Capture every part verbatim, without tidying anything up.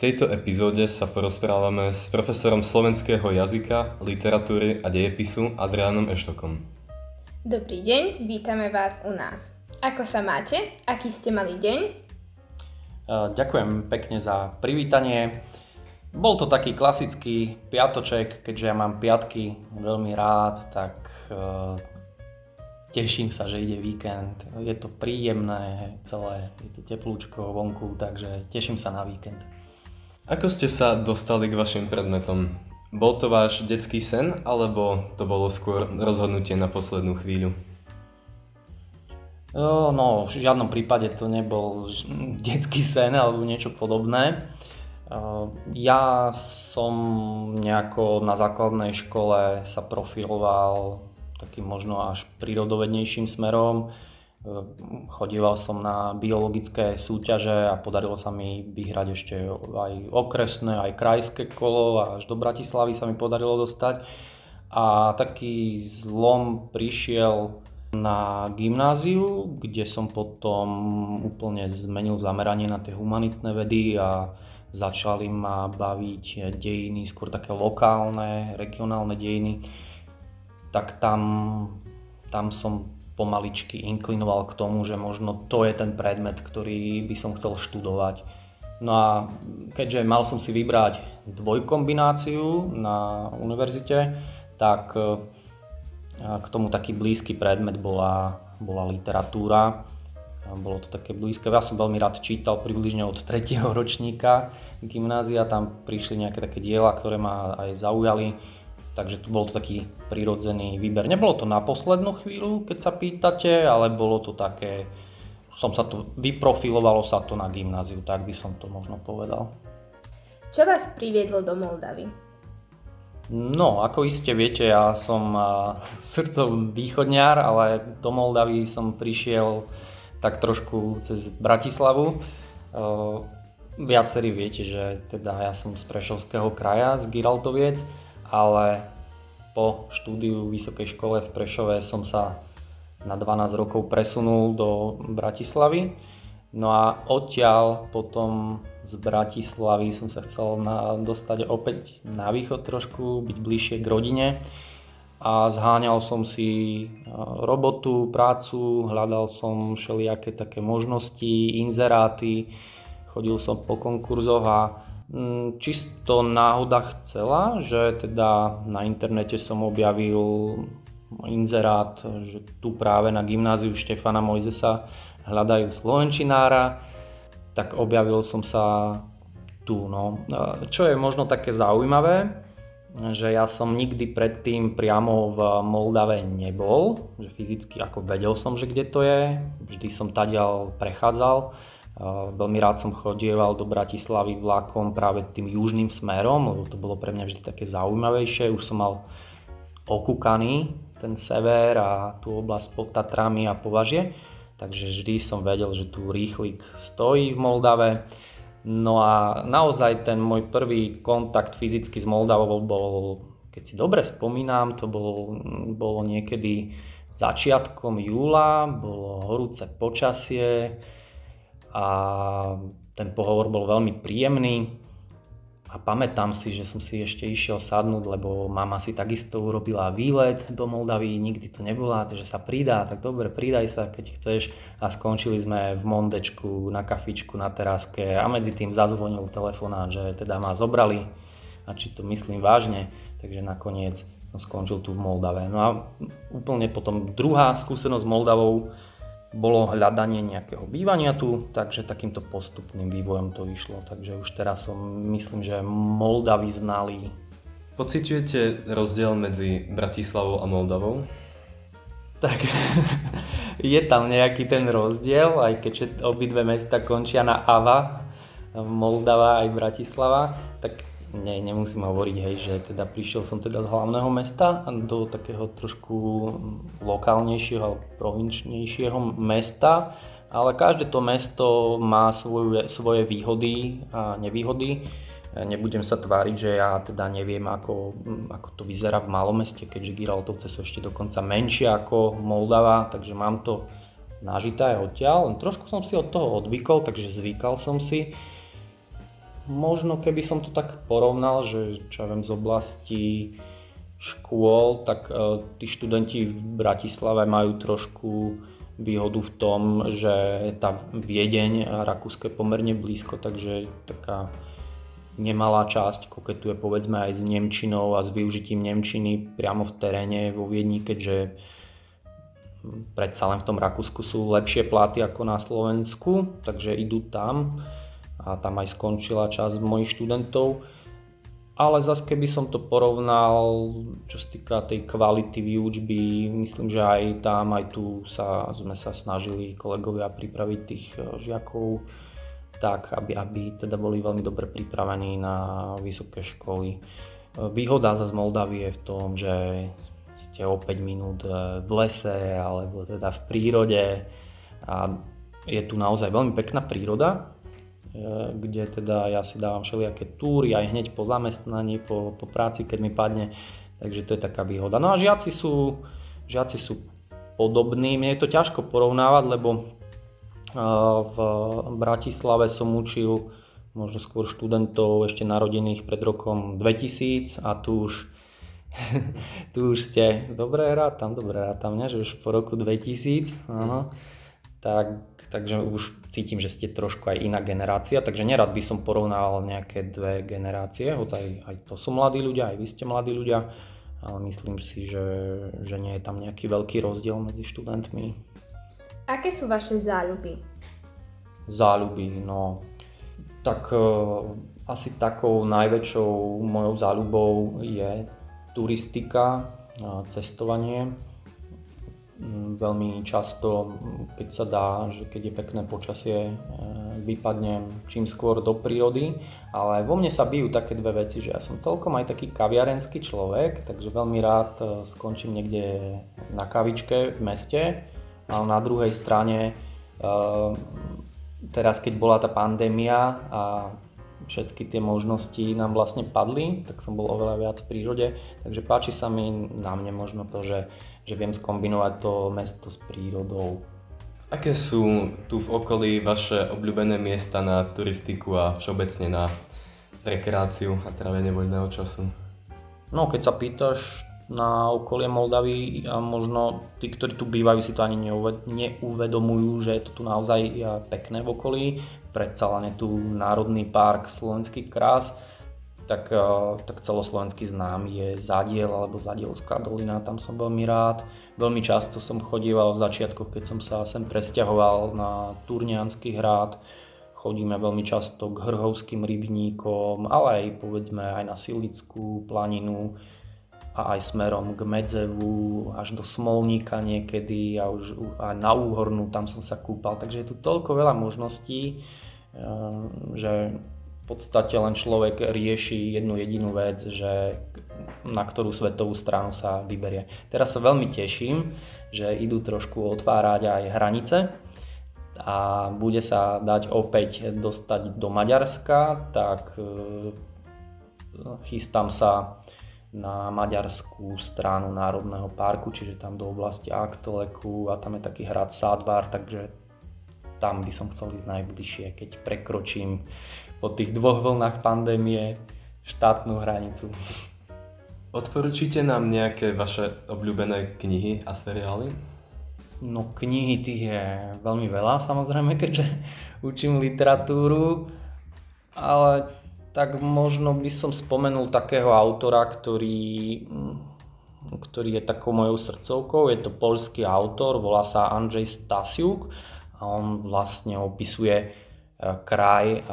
tejto epizóde sa porozprávame s profesorom slovenského jazyka, literatúry a dejepisu Adriánom Eštokom. Dobrý deň, vítame vás u nás. Ako sa máte? Aký ste mali deň? Ďakujem pekne za privítanie. Bol to taký klasický piatoček, keďže ja mám piatky veľmi rád, tak uh, teším sa, že ide víkend. Je to príjemné celé, je to teplúčko vonku, takže teším sa na víkend. Ako ste sa dostali k vašim predmetom? Bol to váš detský sen, alebo to bolo skôr rozhodnutie na poslednú chvíľu? No, v žiadnom prípade to nebol detský sen alebo niečo podobné. Ja som nejako na základnej škole sa profiloval takým možno až prírodovednejším smerom. Chodíval som na biologické súťaže a podarilo sa mi vyhrať ešte aj okresné, aj krajské kolo a až do Bratislavy sa mi podarilo dostať. A taký zlom prišiel na gymnáziu, kde som potom úplne zmenil zameranie na tie humanitné vedy a začali ma baviť dejiny, skôr také lokálne, regionálne dejiny. Tak tam, tam som pomaličky inklinoval k tomu, že možno to je ten predmet, ktorý by som chcel študovať. No a keďže mal som si vybrať dvojkombináciu na univerzite, tak k tomu taký blízky predmet bola, bola literatúra. Bolo to také blízke. Ja som veľmi rád čítal približne od tretieho ročníka gymnázia. Tam prišli nejaké také diela, ktoré ma aj zaujali. Takže to bol to taký prirodzený výber. Nebolo to na poslednú chvíľu, keď sa pýtate, ale bolo to také, som sa to, vyprofilovalo sa to na gymnáziu, tak by som to možno povedal. Čo vás priviedlo do Moldavy? No, ako iste viete, ja som srdcom východňar, ale do Moldavy som prišiel tak trošku cez Bratislavu. Viacerí viete, že teda ja som z Prešovského kraja, z Giraltoviec, ale po štúdiu v vysokej škole v Prešove som sa na dvanásť rokov presunul do Bratislavy. No a odtiaľ potom z Bratislavy som sa chcel na, dostať opäť na východ trošku, byť bližšie k rodine. A zháňal som si robotu, prácu, hľadal som všelijaké také možnosti, inzeráty, chodil som po konkurzoch a čisto náhoda chcela, že teda na internete som objavil inzerát, že tu práve na gymnáziu Štefana Mojzesa hľadajú slovenčinára, tak objavil som sa tu. No. Čo je možno také zaujímavé, že ja som nikdy predtým priamo v Moldave nebol, že fyzicky ako vedel som, že kde to je, vždy som tadiaľ prechádzal. Veľmi rád som chodieval do Bratislavy vlakom práve tým južným smerom, lebo to bolo pre mňa vždy také zaujímavejšie. Už som mal okúkaný ten sever a tú oblasť pod Tatrami a Považie, takže vždy som vedel, že tu rýchlik stojí v Moldave. No a naozaj ten môj prvý kontakt fyzicky s Moldavou bol, keď si dobre spomínam, to bolo, bolo niekedy začiatkom júla, bolo horúce počasie, a ten pohovor bol veľmi príjemný a pamätám si, že som si ešte išiel sadnúť, lebo mama si takisto urobila výlet do Moldavy, nikdy to nebola, takže sa pridá, tak dobre, pridaj sa, keď chceš. A skončili sme v Mondečku, na kafičku, na teráske a medzi tým zazvonil telefonát, že teda ma zobrali a či to myslím vážne, takže nakoniec som skončil tu v Moldave. No a úplne potom druhá skúsenosť s Moldavou bolo hľadanie nejakého bývania tu, takže takýmto postupným vývojom to išlo. Takže už teraz som, myslím, že Moldavy znali. Pociťujete rozdiel medzi Bratislavou a Moldavou? Tak je tam nejaký ten rozdiel, aj keď obidve mesta končia na Ava, Moldava aj Bratislava, tak ne, nemusím hovoriť, hej, že teda prišiel som teda z hlavného mesta do takého trošku lokálnejšieho alebo provinčnejšieho mesta, ale každé to mesto má svoje, svoje výhody a nevýhody. Nebudem sa tváriť, že ja teda neviem, ako, ako to vyzerá v malom meste, keďže Giraltovce sú ešte dokonca menšie ako Moldava, takže mám to nažité aj odtiaľ. Len trošku som si od toho odvykol, takže zvykal som si. možno keby som to tak porovnal, že čo ja viem z oblasti škôl, tak uh, tí študenti v Bratislave majú trošku výhodu v tom, že tá Viedeň a Rakúsko je pomerne blízko, takže taká nemalá časť koketuje povedzme aj s nemčinou a s využitím nemčiny priamo v teréne vo Viedni, keďže predsa len v tom Rakúsku sú lepšie platy ako na Slovensku, takže idú tam a tam aj skončila časť mojich študentov. Ale zase keby som to porovnal, čo sa týka tej kvality výučby, myslím, že aj tam, aj tu sa, sme sa snažili kolegovia pripraviť tých žiakov tak, aby, aby teda boli veľmi dobre pripravení na vysoké školy. Výhoda zase Moldavie je v tom, že ste o päť minút v lese alebo teda v prírode a je tu naozaj veľmi pekná príroda, kde teda ja si dávam všelijaké túry aj hneď po zamestnaní, po, po práci, keď mi padne, takže to je taká výhoda. No a žiaci sú, žiaci sú podobní, mne je to ťažko porovnávať, lebo v Bratislave som učil možno skôr študentov ešte narodených pred rokom dvetisíc a tu už, tu už ste, dobré rátam, dobré rátam, ne? Že už po roku dvetisíc, áno. Tak, takže už cítim, že ste trošku aj iná generácia, takže nerad by som porovnával nejaké dve generácie, hoď aj, aj to sú mladí ľudia, aj vy ste mladí ľudia, ale myslím si, že, že nie je tam nejaký veľký rozdiel medzi študentmi. Aké sú vaše záľuby? Záľuby, no tak e, asi takou najväčšou mojou záľubou je turistika, cestovanie. Veľmi často, keď sa dá, že keď je pekné počasie, vypadnem čím skôr do prírody, ale vo mne sa bijú také dve veci, že ja som celkom aj taký kaviarenský človek, takže veľmi rád skončím niekde na kavičke v meste, ale na druhej strane teraz keď bola tá pandémia a všetky tie možnosti nám vlastne padli, tak som bol oveľa viac v prírode, takže páči sa mi na mne možno to, že že viem skombinovať to mesto s prírodou. Aké sú tu v okolí vaše obľúbené miesta na turistiku a všeobecne na rekreáciu a trávenie voľného času? No, keď sa pýtaš na okolie Moldavy a možno tí, ktorí tu bývajú, si to ani neuvedomujú, že je to tu naozaj pekné v okolí. Predsa len je tu Národný park Slovenský krás, Tak, tak celoslovenský známy je Zadiel alebo Zadielská dolina, tam som veľmi rád. Veľmi často som chodíval v začiatkoch, keď som sa sem presťahoval na Turniansky hrad. Chodíme veľmi často k Hrhovským rybníkom, ale aj povedzme aj na Silickú planinu a aj smerom k Medzevu až do Smolníka niekedy a už aj na Úhornú, tam som sa kúpal. Takže je tu toľko veľa možností, že v podstate len človek rieši jednu jedinú vec, že na ktorú svetovú stranu sa vyberie. Teraz sa veľmi teším, že idú trošku otvárať aj hranice a bude sa dať opäť dostať do Maďarska, tak chystám sa na maďarskú stranu Národného parku, čiže tam do oblasti Akteleku a tam je taký hrad Sádvar, takže tam by som chcel ísť najbližšie, keď prekročím po tých dvoch vlnách pandémie štátnu hranicu. Odporúčite nám nejaké vaše obľúbené knihy a seriály? No knihy tých je veľmi veľa samozrejme, keďže učím literatúru, ale tak možno by som spomenul takého autora, ktorý, ktorý je takou mojou srdcovkou. Je to poľský autor, volá sa Andrzej Stasiuk a on vlastne opisuje kraj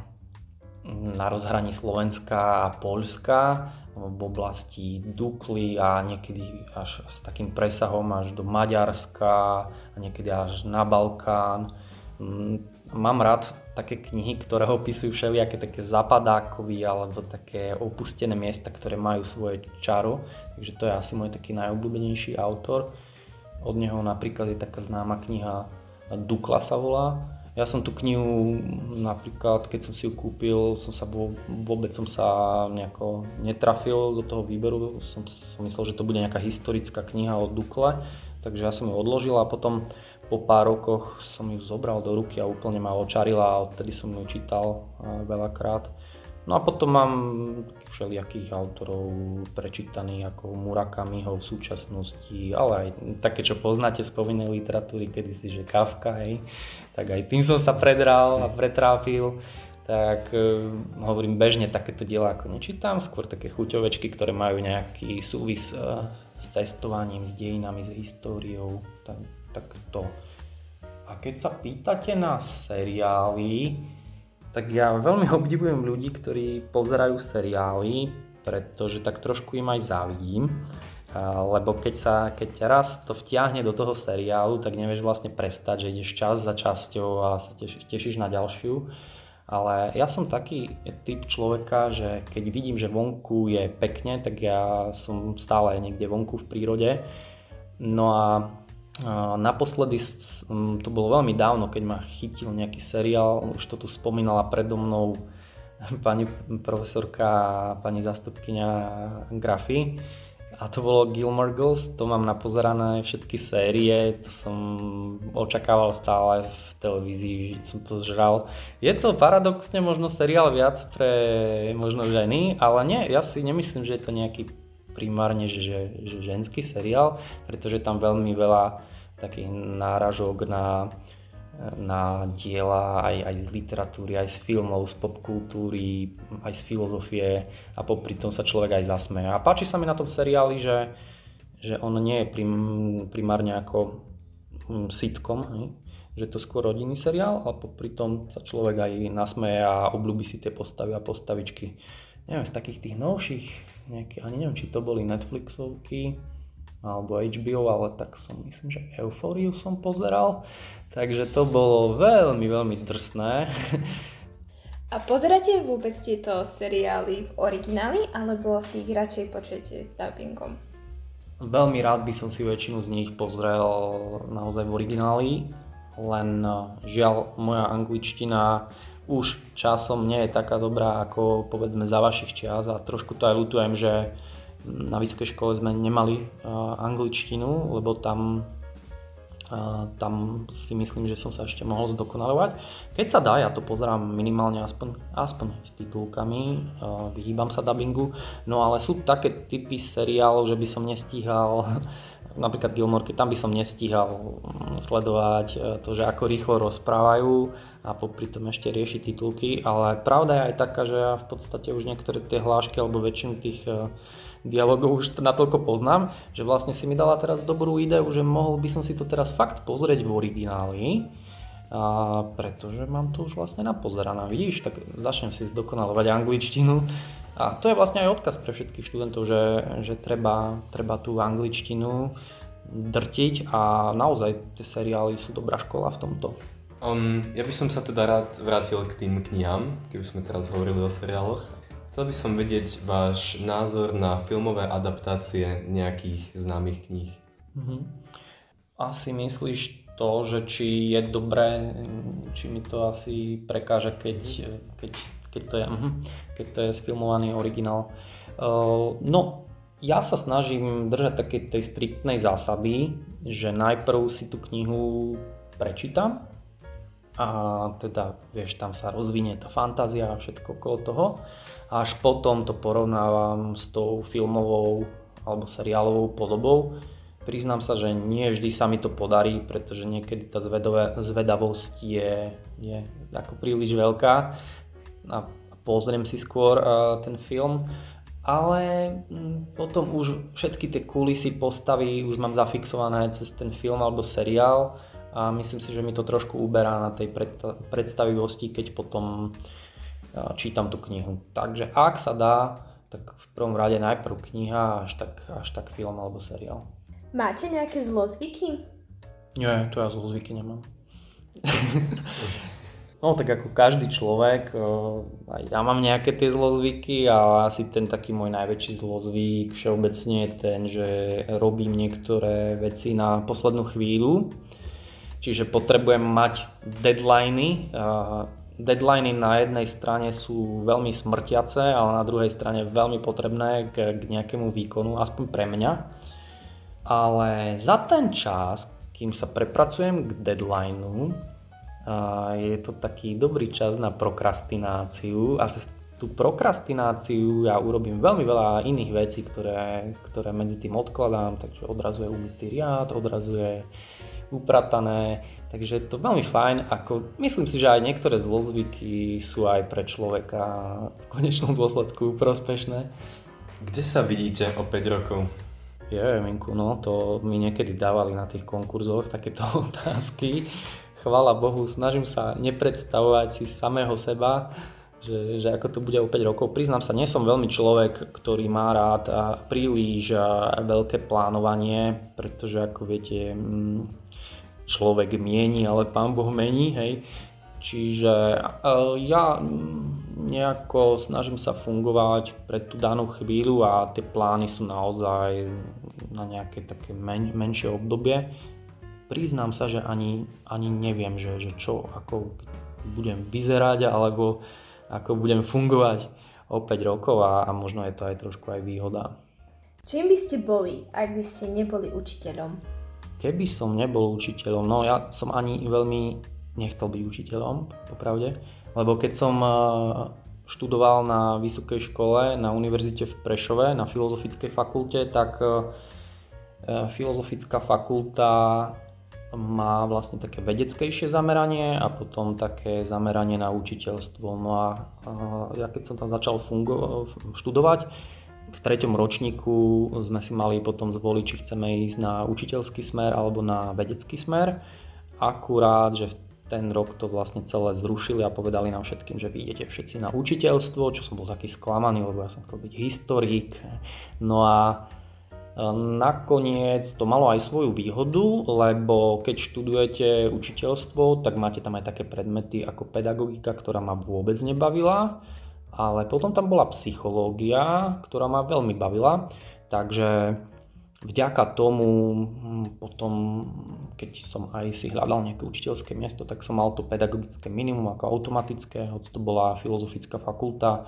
na rozhraní Slovenska a Poľska v oblasti Dukly a niekedy až s takým presahom až do Maďarska a niekedy až na Balkán. Mám rád také knihy, ktoré opisujú všelijaké také zapadákovy alebo také opustené miesta, ktoré majú svoje čaro, takže to je asi môj taký najobľúbenejší autor. Od neho napríklad je taká známa kniha Dukla sa volá. Ja som tú knihu napríklad, keď som si ju kúpil, som sa vôbec som sa nejako netrafil do toho výberu. Som, som myslel, že to bude nejaká historická kniha o Dukle, takže ja som ju odložil a potom po pár rokoch som ju zobral do ruky a úplne ma očarila a odtedy som ju čítal veľakrát. No a potom mám všelijakých autorov prečítaných ako Murakamiho v súčasnosti, ale aj také, čo poznáte z povinnej literatúry, kedysi, že Kafka, hej. Tak aj tým som sa predral a pretrápil. Tak e, hovorím, bežne takéto diela ako nečítam, skôr také chuťovečky, ktoré majú nejaký súvis e, s cestovaním, s dejinami, s históriou, tak, tak to. A keď sa pýtate na seriály, tak ja veľmi obdivujem ľudí, ktorí pozerajú seriály, pretože tak trošku im aj závidím, lebo keď sa, keď raz to vtiahne do toho seriálu, tak nevieš vlastne prestať, že ideš čas za časťou a sa tešíš, tešíš na ďalšiu. Ale ja som taký typ človeka, že keď vidím, že vonku je pekne, tak ja som stále niekde vonku v prírode. No a naposledy, to bolo veľmi dávno, keď ma chytil nejaký seriál, už to tu spomínala predo mnou pani profesorka, pani zástupkyňa grafy, a to bolo Gilmore Girls. To mám napozerané všetky série, to som očakával stále v televízii, som to zžral. Je to paradoxne možno seriál viac pre možno ženy, ale nie, ja si nemyslím, že je to nejaký primárne že, že ženský seriál, pretože tam veľmi veľa takých náražok na, na diela aj, aj z literatúry, aj z filmov, z popkultúry, aj z filozofie, a popri tom sa človek aj zasmeje. A páči sa mi na tom seriáli, že, že on nie je prim, primárne ako sitcom, hej? Že to je skôr rodinný seriál, ale popri tom sa človek aj nasmeje a obľúbi si tie postavy a postavičky. Neviem, z takých tých novších, nejaký, ani neviem, či to boli Netflixovky alebo há bé ó, ale tak som myslím, že Eufóriu som pozeral, takže to bolo veľmi, veľmi drsné. A pozeráte vôbec tieto seriály v origináli, alebo si ich radšej počujete s dubbingom? Veľmi rád by som si väčšinu z nich pozrel naozaj v origináli, len žiaľ moja angličtina už časom nie je taká dobrá ako povedzme za vašich čias, a trošku to aj ľutujem, že na vysokej škole sme nemali uh, angličtinu, lebo tam, uh, tam si myslím, že som sa ešte mohol zdokonalovať. Keď sa dá, ja to pozerám minimálne aspoň, aspoň s titulkami, uh, vyhýbam sa dubbingu, no ale sú také typy seriálov, že by som nestíhal napríklad Gilmore, tam by som nestíhal sledovať to, že ako rýchlo rozprávajú a popri tom ešte riešiť titulky, ale pravda je aj taká, že ja v podstate už niektoré tie hlášky alebo väčšinu tých dialogov už natoľko poznám, že vlastne si mi dala teraz dobrú ideu, že mohol by som si to teraz fakt pozrieť v origináli, a pretože mám to už vlastne napozerané. Vidíš, tak začnem si zdokonalovať angličtinu. A to je vlastne aj odkaz pre všetkých študentov, že, že treba, treba tú angličtinu drtiť, a naozaj tie seriály sú dobrá škola v tomto. Um, ja by som sa teda rád vrátil k tým knihám, keby sme teraz hovorili o seriáloch. Chcel by som vedieť váš názor na filmové adaptácie nejakých známych kníh. Mhm. Asi myslíš to, že či je dobré, či mi to asi prekáže, keď, keď, keď, to, je, keď to je sfilmovaný originál. Uh, no, ja sa snažím držať takej tej striktnej zásady, že najprv si tú knihu prečítam, a teda, vieš, tam sa rozvinie tá fantázia a všetko okolo toho. A až potom to porovnávam s tou filmovou alebo seriálovou podobou. Priznám sa, že nie vždy sa mi to podarí, pretože niekedy tá zvedové, zvedavosť je, je ako príliš veľká a pozriem si skôr uh, ten film. Ale potom už všetky tie kulisy, postavy už mám zafixované cez ten film alebo seriál. A myslím si, že mi to trošku uberá na tej predstavivosti, keď potom čítam tú knihu. Takže ak sa dá, tak v prvom rade najprv kniha, až tak, až tak film alebo seriál. Máte nejaké zlozvyky? Nie, to ja zlozvyky nemám. No tak ako každý človek, aj ja mám nejaké tie zlozvyky, ale asi ten taký môj najväčší zlozvyk všeobecne je ten, že robím niektoré veci na poslednú chvíľu. Čiže potrebujem mať deadliny. Deadliny na jednej strane sú veľmi smrtiace, ale na druhej strane veľmi potrebné k, k nejakému výkonu, aspoň pre mňa. Ale za ten čas, kým sa prepracujem k deadlineu, je to taký dobrý čas na prokrastináciu a tú prokrastináciu ja urobím veľmi veľa iných vecí, ktoré, ktoré medzi tým odkladám, takže odrazuje umytý riad, odrazuje upratané, takže je to veľmi fajn. Ako, myslím si, že aj niektoré zlozvyky sú aj pre človeka v konečnom dôsledku prospešné. Kde sa vidíte o päť rokov? Je, Minku, no to mi niekedy dávali na tých konkurzoch takéto otázky. Chvála Bohu, snažím sa nepredstavovať si samého seba, že, že ako to bude o päť rokov. Priznám sa, nie som veľmi človek, ktorý má rád a príliš a veľké plánovanie, pretože ako viete, človek mieni, ale Pán Boh mení, hej. Čiže ja nejako snažím sa fungovať pre tú danú chvíľu a tie plány sú naozaj na nejaké také men, menšie obdobie. Priznám sa, že ani, ani neviem, že, že čo, ako budem vyzerať alebo ako budem fungovať o päť rokov a, a možno je to aj trošku aj výhoda. Čím by ste boli, ak by ste neboli učiteľom? Keby som nebol učiteľom, no ja som ani veľmi nechcel byť učiteľom, popravde, lebo keď som študoval na vysokej škole na univerzite v Prešove, na filozofickej fakulte, tak filozofická fakulta má vlastne také vedeckejšie zameranie a potom také zameranie na učiteľstvo. No a ja keď som tam začal fungo- študovať, v treťom ročníku sme si mali potom zvoliť, či chceme ísť na učiteľský smer alebo na vedecký smer. Akurát, že v ten rok to vlastne celé zrušili a povedali nám všetkým, že vy idete všetci na učiteľstvo, čo som bol taký sklamaný, lebo ja som chcel byť historik. No a nakoniec to malo aj svoju výhodu, lebo keď študujete učiteľstvo, tak máte tam aj také predmety ako pedagogika, ktorá ma vôbec nebavila, ale potom tam bola psychológia, ktorá ma veľmi bavila, takže vďaka tomu potom, keď som aj si hľadal nejaké učiteľské miesto, tak som mal to pedagogické minimum ako automatické, hoď to bola filozofická fakulta,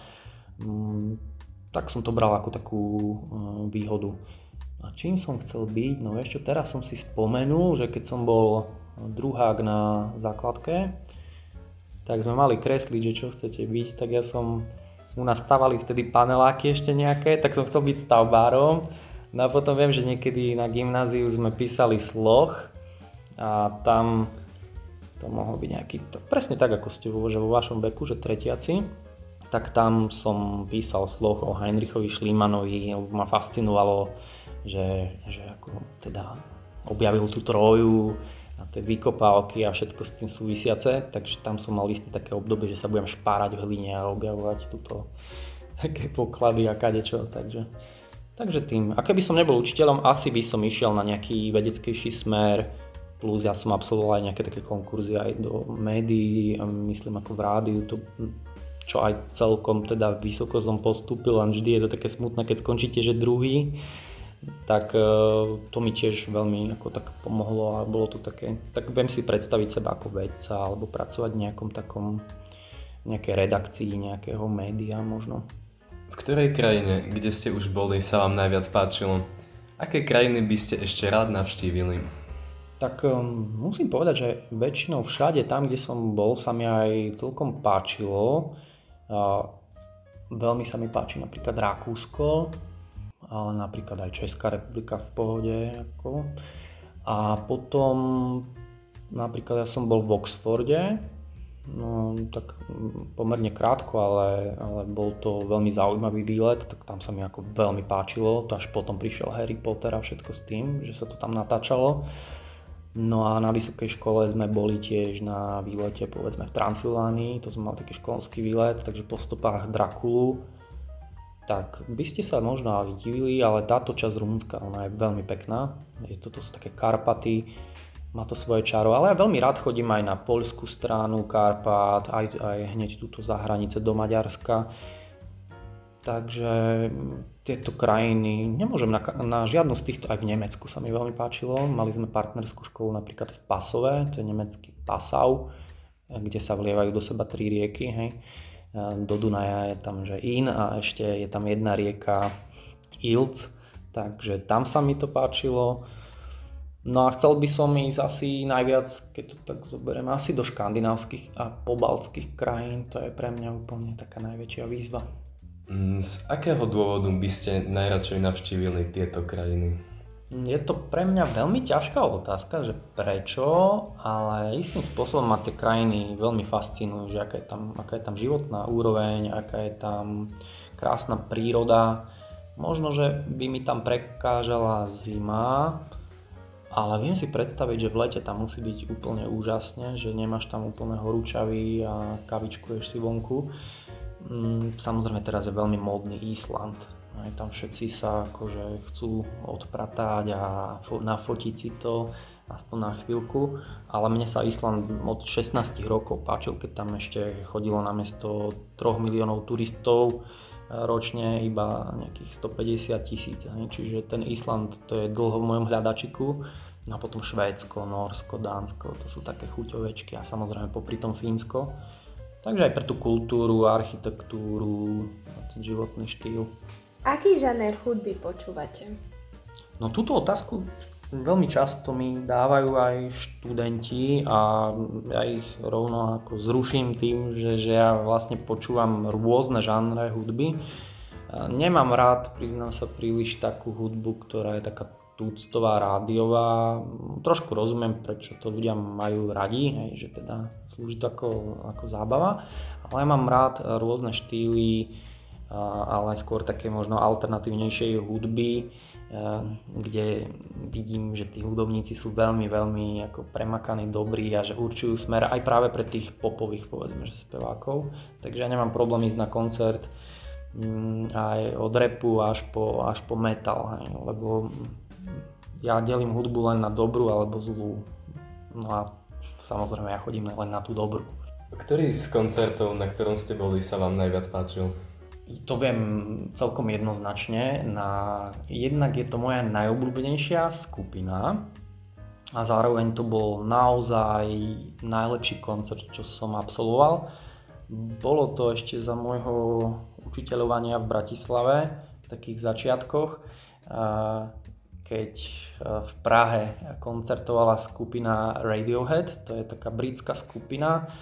tak som to bral ako takú výhodu. A čím som chcel byť? No ešte teraz som si spomenul, že keď som bol druhák na základke, tak sme mali kresliť, že čo chcete byť, tak ja som, u nás stavali vtedy paneláky ešte nejaké, tak som chcel byť stavbárom. No a potom viem, že niekedy na gymnáziu sme písali sloh a tam to mohol byť nejaký, to, presne tak ako ste vo, že vo vašom veku, že tretiaci, tak tam som písal sloh o Heinrichovi Schliemannovi, ma fascinovalo, že, že ako teda objavil tú Tróju a tie vykopávky a všetko s tým súvisiace, takže tam som mal isté také obdobie, že sa budem špárať v hline a objavovať túto také poklady a kadečo, takže, takže tým. A keby som nebol učiteľom, asi by som išiel na nejaký vedeckejší smer, plus ja som absolvoval aj nejaké také konkurzy aj do médií, myslím ako v rádiu, to, čo aj celkom teda vysoko som postúpil, len vždy je to také smutné, keď skončíte, že druhý. Tak to mi tiež veľmi ako tak pomohlo a bolo to také, tak viem si predstaviť seba ako vedca alebo pracovať v nejakom takom, nejakej redakcii nejakého média možno. V ktorej krajine, kde ste už boli, sa vám najviac páčilo? Aké krajiny by ste ešte rád navštívili? Tak um, musím povedať, že väčšinou všade tam, kde som bol, sa mi aj celkom páčilo. Uh, veľmi sa mi páči napríklad Rakúsko, ale napríklad aj Česká republika v pohode. Ako. A potom napríklad ja som bol v Oxforde, no tak pomerne krátko, ale, ale bol to veľmi zaujímavý výlet, tak tam sa mi ako veľmi páčilo, to až potom prišiel Harry Potter a všetko s tým, že sa to tam natáčalo. No a na vysokej škole sme boli tiež na výlete povedzme v Transylvánii, to sme mali taký školský výlet, takže po stopách Drakulu. Tak by ste sa možno aj divili, ale táto časť Rumunska, ona je veľmi pekná. Je to, to sú také Karpaty, má to svoje čaro, ale ja veľmi rád chodím aj na poľskú stranu Karpát, aj, aj hneď túto za hranice do Maďarska. Takže tieto krajiny, nemôžem na, na žiadnu z týchto, aj v Nemecku sa mi veľmi páčilo. Mali sme partnerskú školu napríklad v Passove, to je nemecký Passau, kde sa vlievajú do seba tri rieky, hej. Do Dunaja je tam že Inn a ešte je tam jedna rieka Ilz, takže tam sa mi to páčilo. No a chcel by som ísť asi najviac, keď to tak zoberiem, asi do škandinávskych a pobaltských krajín. To je pre mňa úplne taká najväčšia výzva. Z akého dôvodu by ste najradšej navštívili tieto krajiny? Je to pre mňa veľmi ťažká otázka, že prečo, ale istým spôsobom ma tie krajiny veľmi fascinujú, že aká je tam, aká je tam životná úroveň, aká je tam krásna príroda. Možno, že by mi tam prekážala zima, ale viem si predstaviť, že v lete tam musí byť úplne úžasne, že nemáš tam úplne horúčavy a kavičkuješ si vonku. Samozrejme teraz je veľmi módny Island. Aj tam všetci sa akože chcú odpratať a nafotiť si to aspoň na chvíľku, ale mne sa Island od šestnásť rokov páčil, keď tam ešte chodilo namiesto troch miliónov turistov ročne iba nejakých stopäťdesiat tisíc, čiže ten Island to je dlho v mojom hľadačiku. No a potom Švédsko, Nórsko, Dánsko, to sú také chuťovečky a samozrejme popri tom Fínsko. Takže aj pre tú kultúru, architektúru, ten životný štýl. Aký žáner hudby počúvate? No túto otázku veľmi často mi dávajú aj študenti a ja ich rovno ako zruším tým, že, že ja vlastne počúvam rôzne žánre hudby. Nemám rád, priznám sa, príliš takú hudbu, ktorá je taká tuctová, rádiová. Trošku rozumiem, prečo to ľudia majú radi, hej, že teda slúži to ako, ako zábava, ale ja mám rád rôzne štýly, ale skôr také možno alternatívnejšej hudby, kde vidím, že tí hudobníci sú veľmi, veľmi ako premakaní, dobrí a že určujú smer aj práve pre tých popových, povedzme, že spevákov. Takže ja nemám problém ísť na koncert aj od rapu až po, až po metal, hej, lebo ja delím hudbu len na dobrú alebo zlú. No a samozrejme ja chodím len na tú dobrú. Ktorý z koncertov, na ktorom ste boli, sa vám najviac páčil? To viem celkom jednoznačne. Na, jednak je to moja najobľúbenejšia skupina a zároveň to bol naozaj najlepší koncert, čo som absolvoval. Bolo to ešte za môjho učiteľovania v Bratislave, v takých začiatkoch, keď v Prahe koncertovala skupina Radiohead, to je taká britská skupina.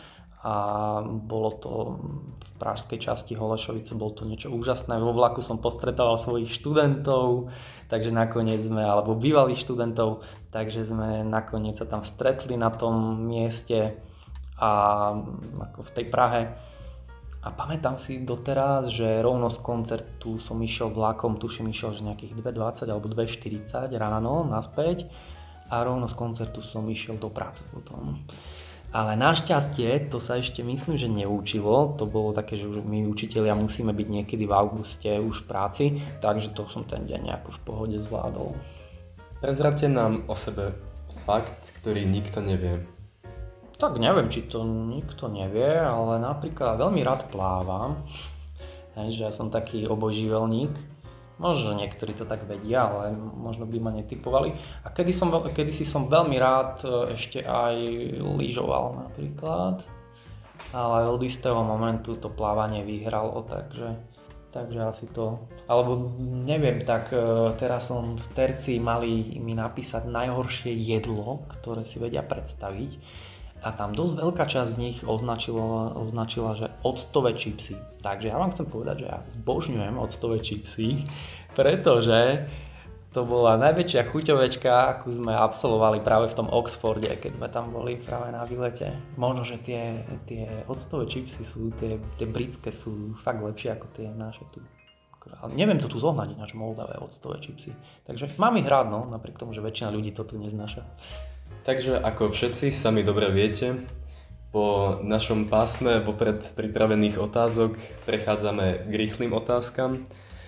A bolo to v pražskej časti Holešovice, bolo to niečo úžasné. Vo vlaku som postretával svojich študentov, takže nakoniec sme, alebo bývalých študentov, takže sme nakoniec sa tam stretli na tom mieste a ako v tej Prahe. A pamätám si doteraz, že rovno z koncertu som išiel vlakom, tuším išiel že nejakých dva dvadsať alebo dva štyridsať ráno naspäť a rovno z koncertu som išiel do práce potom. Ale našťastie to sa ešte myslím, že neučilo. To bolo také, že už my učitelia musíme byť niekedy v auguste už v práci, takže to som ten deň nejako v pohode zvládol. Prezradte nám o sebe fakt, ktorý nikto nevie. Tak neviem, či to nikto nevie, ale napríklad veľmi rád plávam. Hej, že ja som taký obojživelník. Možno niektorí to tak vedia, ale možno by ma netypovali. A kedy som, kedysi som veľmi rád ešte aj lyžoval napríklad. Ale od istého momentu to plávanie vyhralo, takže, takže asi to... Alebo neviem, tak teraz som v terci mali mi napísať najhoršie jedlo, ktoré si vedia predstaviť. A tam dosť veľká časť z nich označila, označila, že octové čipsy. Takže ja vám chcem povedať, že ja zbožňujem octové čipsy, pretože to bola najväčšia chuťovečka, akú sme absolvovali práve v tom Oxforde, keď sme tam boli práve na výlete. Možno, že tie, tie octové čipsy sú, tie, tie britské sú fakt lepšie ako tie naše tu. Ale neviem to tu zohnať ináč Moldave octové čipsy. Takže mám ich rád, no, napriek tomu, že väčšina ľudí to tu neznáša. Takže ako všetci sami dobre viete, po našom pásme vopred pripravených otázok prechádzame k rýchlym otázkam.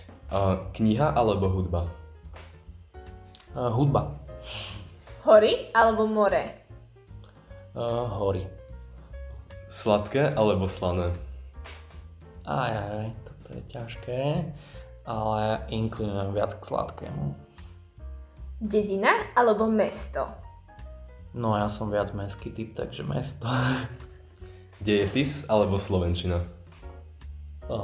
Kniha alebo hudba? Uh, hudba. Hory alebo more? Uh, hory. Sladké alebo slané? Aj, aj, aj, toto je ťažké, ale inklinujem viac k sladkému. Dedina alebo mesto? No ja som viac mestský typ, takže mesto. Dejepis alebo slovenčina?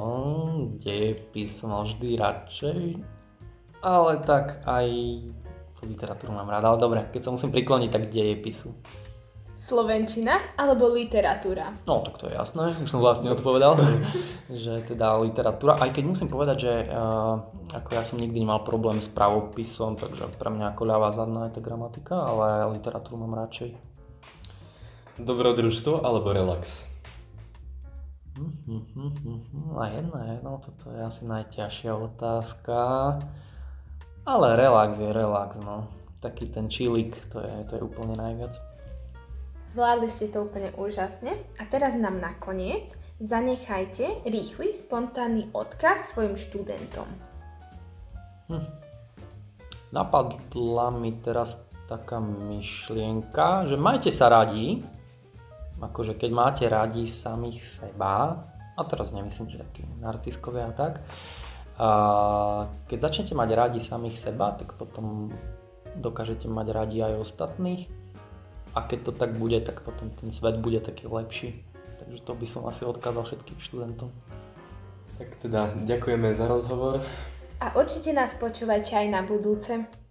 Oh, dejepis som mal vždy radšej, ale tak aj tú literatúru mám rád, ale dobre, keď sa musím prikloniť, tak dejepisu. Slovenčina alebo literatúra? No, tak to je jasné, už som vlastne odpovedal, že teda literatúra, aj keď musím povedať, že uh, ako ja som nikdy nemal problém s pravopisom, takže pre mňa ako ľavá zadná je to gramatika, ale literatúru mám radšej. Dobrodružstvo alebo relax? A jedna, no toto je asi najťažšia otázka, ale relax je relax, no. Taký ten chillik, to je, to je úplne najviac. Zvládli ste to úplne úžasne a teraz nám nakoniec zanechajte rýchly, spontánny odkaz svojim študentom. Hm. Napadla mi teraz taká myšlienka, že majte sa radi, akože keď máte radi samých seba, a teraz nemyslím, že takí narciskovia a tak, a keď začnete mať radi samých seba, tak potom dokážete mať radi aj ostatných. A keď to tak bude, tak potom ten svet bude taký lepší. Takže to by som asi odkázal všetkým študentom. Tak teda ďakujeme za rozhovor. A určite nás počúvajte aj na budúce.